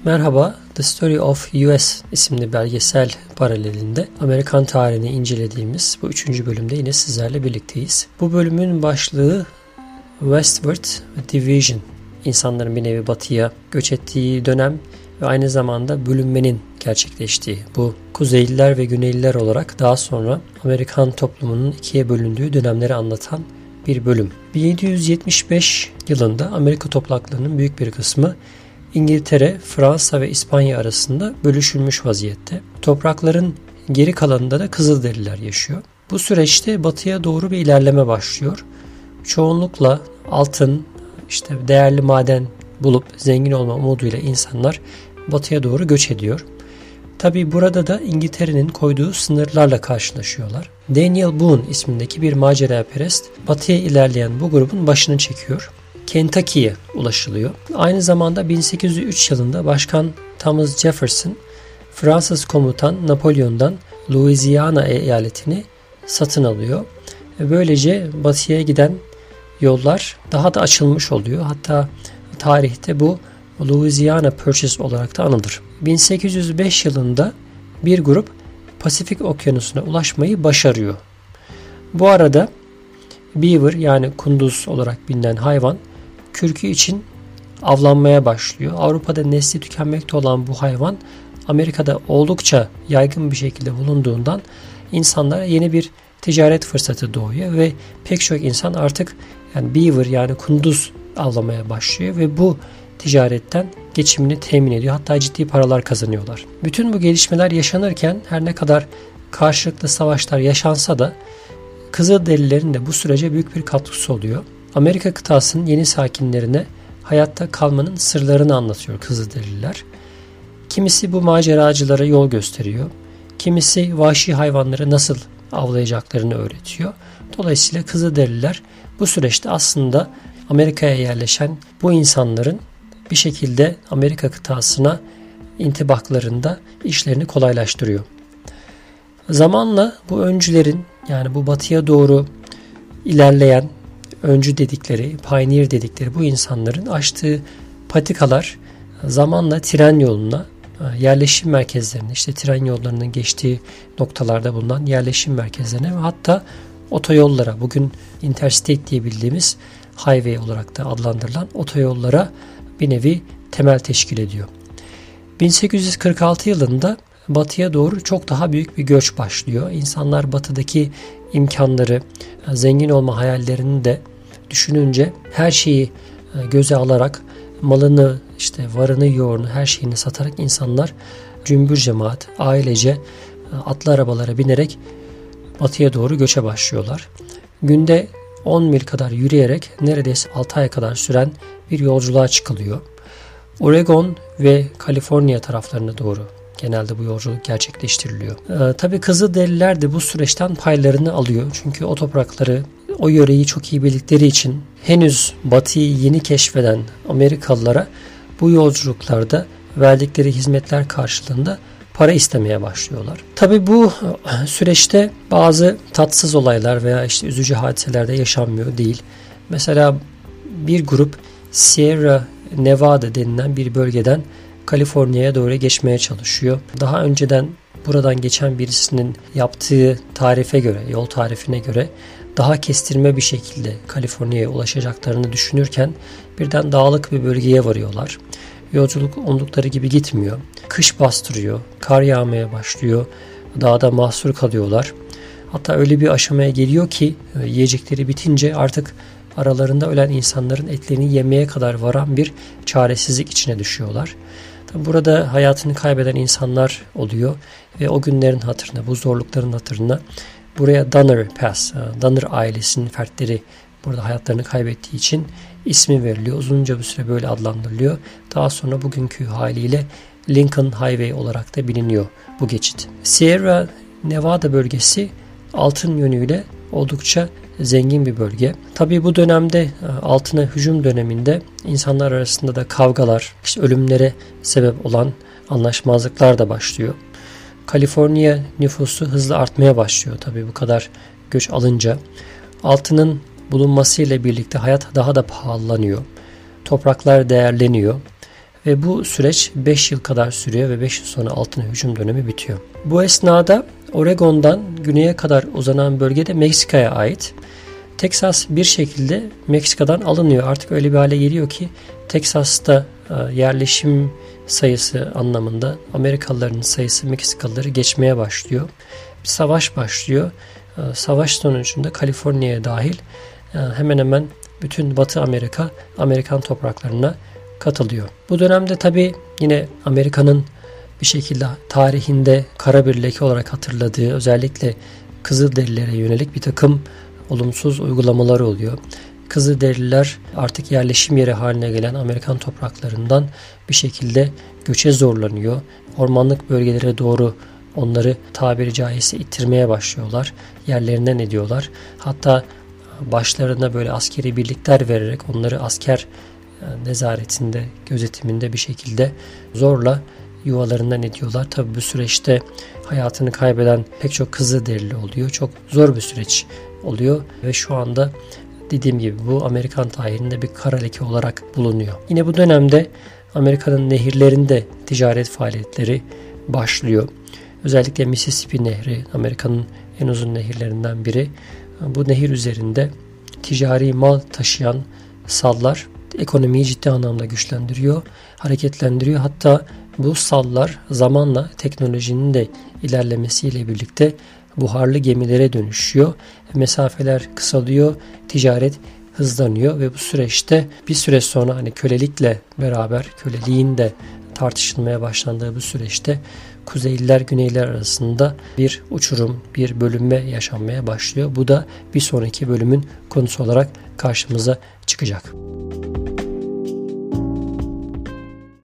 Merhaba, The Story of US isimli belgesel paralelinde Amerikan tarihini incelediğimiz bu 3. bölümde yine sizlerle birlikteyiz. Bu bölümün başlığı Westward Division, insanların bir nevi batıya göç ettiği dönem ve aynı zamanda bölünmenin gerçekleştiği, bu Kuzeyliler ve Güneyliler olarak daha sonra Amerikan toplumunun ikiye bölündüğü dönemleri anlatan bir bölüm. 1775 yılında Amerika topraklarının büyük bir kısmı İngiltere, Fransa ve İspanya arasında bölüşülmüş vaziyette. Toprakların geri kalanında da Kızılderililer yaşıyor. Bu süreçte batıya doğru bir ilerleme başlıyor. Çoğunlukla altın, değerli maden bulup zengin olma umuduyla insanlar batıya doğru göç ediyor. Tabi burada da İngiltere'nin koyduğu sınırlarla karşılaşıyorlar. Daniel Boone ismindeki bir maceraperest batıya ilerleyen bu grubun başını çekiyor. Kentucky'ye ulaşılıyor. Aynı zamanda 1803 yılında Başkan Thomas Jefferson, Fransız komutan Napolyon'dan Louisiana eyaletini satın alıyor. Böylece batıya giden yollar daha da açılmış oluyor. Hatta tarihte bu Louisiana Purchase olarak da anılır. 1805 yılında bir grup Pasifik Okyanusu'na ulaşmayı başarıyor. Bu arada beaver, yani kunduz olarak bilinen hayvan, kürkü için avlanmaya başlıyor. Avrupa'da nesli tükenmekte olan bu hayvan Amerika'da oldukça yaygın bir şekilde bulunduğundan insanlara yeni bir ticaret fırsatı doğuyor ve pek çok insan artık beaver, yani kunduz avlamaya başlıyor ve bu ticaretten geçimini temin ediyor. Hatta ciddi paralar kazanıyorlar. Bütün bu gelişmeler yaşanırken her ne kadar karşılıklı savaşlar yaşansa da Kızılderililerin de bu sürece büyük bir katkısı oluyor. Amerika kıtasının yeni sakinlerine hayatta kalmanın sırlarını anlatıyor Kızılderililer. Kimisi bu maceracılara yol gösteriyor. Kimisi vahşi hayvanları nasıl avlayacaklarını öğretiyor. Dolayısıyla Kızılderililer bu süreçte aslında Amerika'ya yerleşen bu insanların bir şekilde Amerika kıtasına intibaklarında işlerini kolaylaştırıyor. Zamanla bu öncülerin, yani bu batıya doğru ilerleyen öncü dedikleri, pioneer dedikleri bu insanların açtığı patikalar zamanla tren yoluna, yerleşim merkezlerine, tren yollarının geçtiği noktalarda bulunan yerleşim merkezlerine ve hatta otoyollara, bugün interstate diye bildiğimiz highway olarak da adlandırılan otoyollara bir nevi temel teşkil ediyor. 1846 yılında batıya doğru çok daha büyük bir göç başlıyor. İnsanlar batıdaki imkanları, zengin olma hayallerini de düşününce her şeyi göze alarak malını, varını, yoğunu, her şeyini satarak insanlar cümbür cemaat, ailece atlı arabalara binerek batıya doğru göçe başlıyorlar. Günde 10 mil kadar yürüyerek neredeyse 6 ay kadar süren bir yolculuğa çıkılıyor. Oregon ve Kaliforniya taraflarına doğru genelde bu yolculuk gerçekleştiriliyor. Tabii Kızılderililer de bu süreçten paylarını alıyor. Çünkü o toprakları, o yöreyi çok iyi bildikleri için henüz batıyı yeni keşfeden Amerikalılara bu yolculuklarda verdikleri hizmetler karşılığında para istemeye başlıyorlar. Tabii bu süreçte bazı tatsız olaylar veya üzücü hadiseler de yaşanmıyor değil. Mesela bir grup Sierra Nevada denilen bir bölgeden Kaliforniya'ya doğru geçmeye çalışıyor. Daha önceden buradan geçen birisinin yaptığı tarife göre, yol tarifine göre daha kestirme bir şekilde Kaliforniya'ya ulaşacaklarını düşünürken birden dağlık bir bölgeye varıyorlar. Yolculuk umdukları gibi gitmiyor. Kış bastırıyor, kar yağmaya başlıyor, dağda mahsur kalıyorlar. Hatta öyle bir aşamaya geliyor ki yiyecekleri bitince artık aralarında ölen insanların etlerini yemeye kadar varan bir çaresizlik içine düşüyorlar. Burada hayatını kaybeden insanlar oluyor ve o günlerin hatırına, bu zorlukların hatırına buraya Donner Pass, Donner ailesinin fertleri burada hayatlarını kaybettiği için ismi veriliyor. Uzunca bir süre böyle adlandırılıyor. Daha sonra bugünkü haliyle Lincoln Highway olarak da biliniyor bu geçit. Sierra Nevada bölgesi altın yönüyle oldukça zengin bir bölge. Tabii bu dönemde, altına hücum döneminde insanlar arasında da kavgalar, ölümlere sebep olan anlaşmazlıklar da başlıyor. Kaliforniya nüfusu hızla artmaya başlıyor tabii bu kadar göç alınca. Altının bulunmasıyla birlikte hayat daha da pahalanıyor. Topraklar değerleniyor Ve bu süreç 5 yıl kadar sürüyor ve 5 yıl sonra altın hücum dönemi bitiyor. Bu esnada Oregon'dan güneye kadar uzanan bölgede Meksika'ya ait. Teksas bir şekilde Meksika'dan alınıyor. Artık öyle bir hale geliyor ki Teksas'ta yerleşim sayısı anlamında Amerikalıların sayısı Meksikalıları geçmeye başlıyor. Bir savaş başlıyor. Savaş sonucunda Kaliforniya'ya dahil hemen hemen bütün Batı Amerika, Amerikan topraklarına katılıyor. Bu dönemde tabii yine Amerika'nın bir şekilde tarihinde kara bir leke olarak hatırladığı özellikle Kızılderililere yönelik bir takım olumsuz uygulamalar oluyor. Kızılderililer artık yerleşim yeri haline gelen Amerikan topraklarından bir şekilde göçe zorlanıyor. Ormanlık bölgelere doğru onları tabiri caizse ittirmeye başlıyorlar. Yerlerinden ediyorlar. Hatta başlarına böyle askeri birlikler vererek onları asker nezaretinde, gözetiminde bir şekilde zorla yuvalarından ediyorlar. Tabii bu süreçte hayatını kaybeden pek çok Kızılderili oluyor. Çok zor bir süreç oluyor ve şu anda dediğim gibi bu Amerikan tarihinde bir kara leke olarak bulunuyor. Yine bu dönemde Amerika'nın nehirlerinde ticaret faaliyetleri başlıyor. Özellikle Mississippi Nehri Amerika'nın en uzun nehirlerinden biri. Bu nehir üzerinde ticari mal taşıyan sallar ekonomiyi ciddi anlamda güçlendiriyor, hareketlendiriyor. Hatta bu sallar zamanla teknolojinin de ilerlemesiyle birlikte buharlı gemilere dönüşüyor. Mesafeler kısalıyor, ticaret hızlanıyor ve bu süreçte bir süre sonra hani kölelikle beraber köleliğin de tartışılmaya başlandığı bu süreçte Kuzeyliler Güneyliler arasında bir uçurum, bir bölünme yaşanmaya başlıyor. Bu da bir sonraki bölümün konusu olarak karşımıza çıkacak.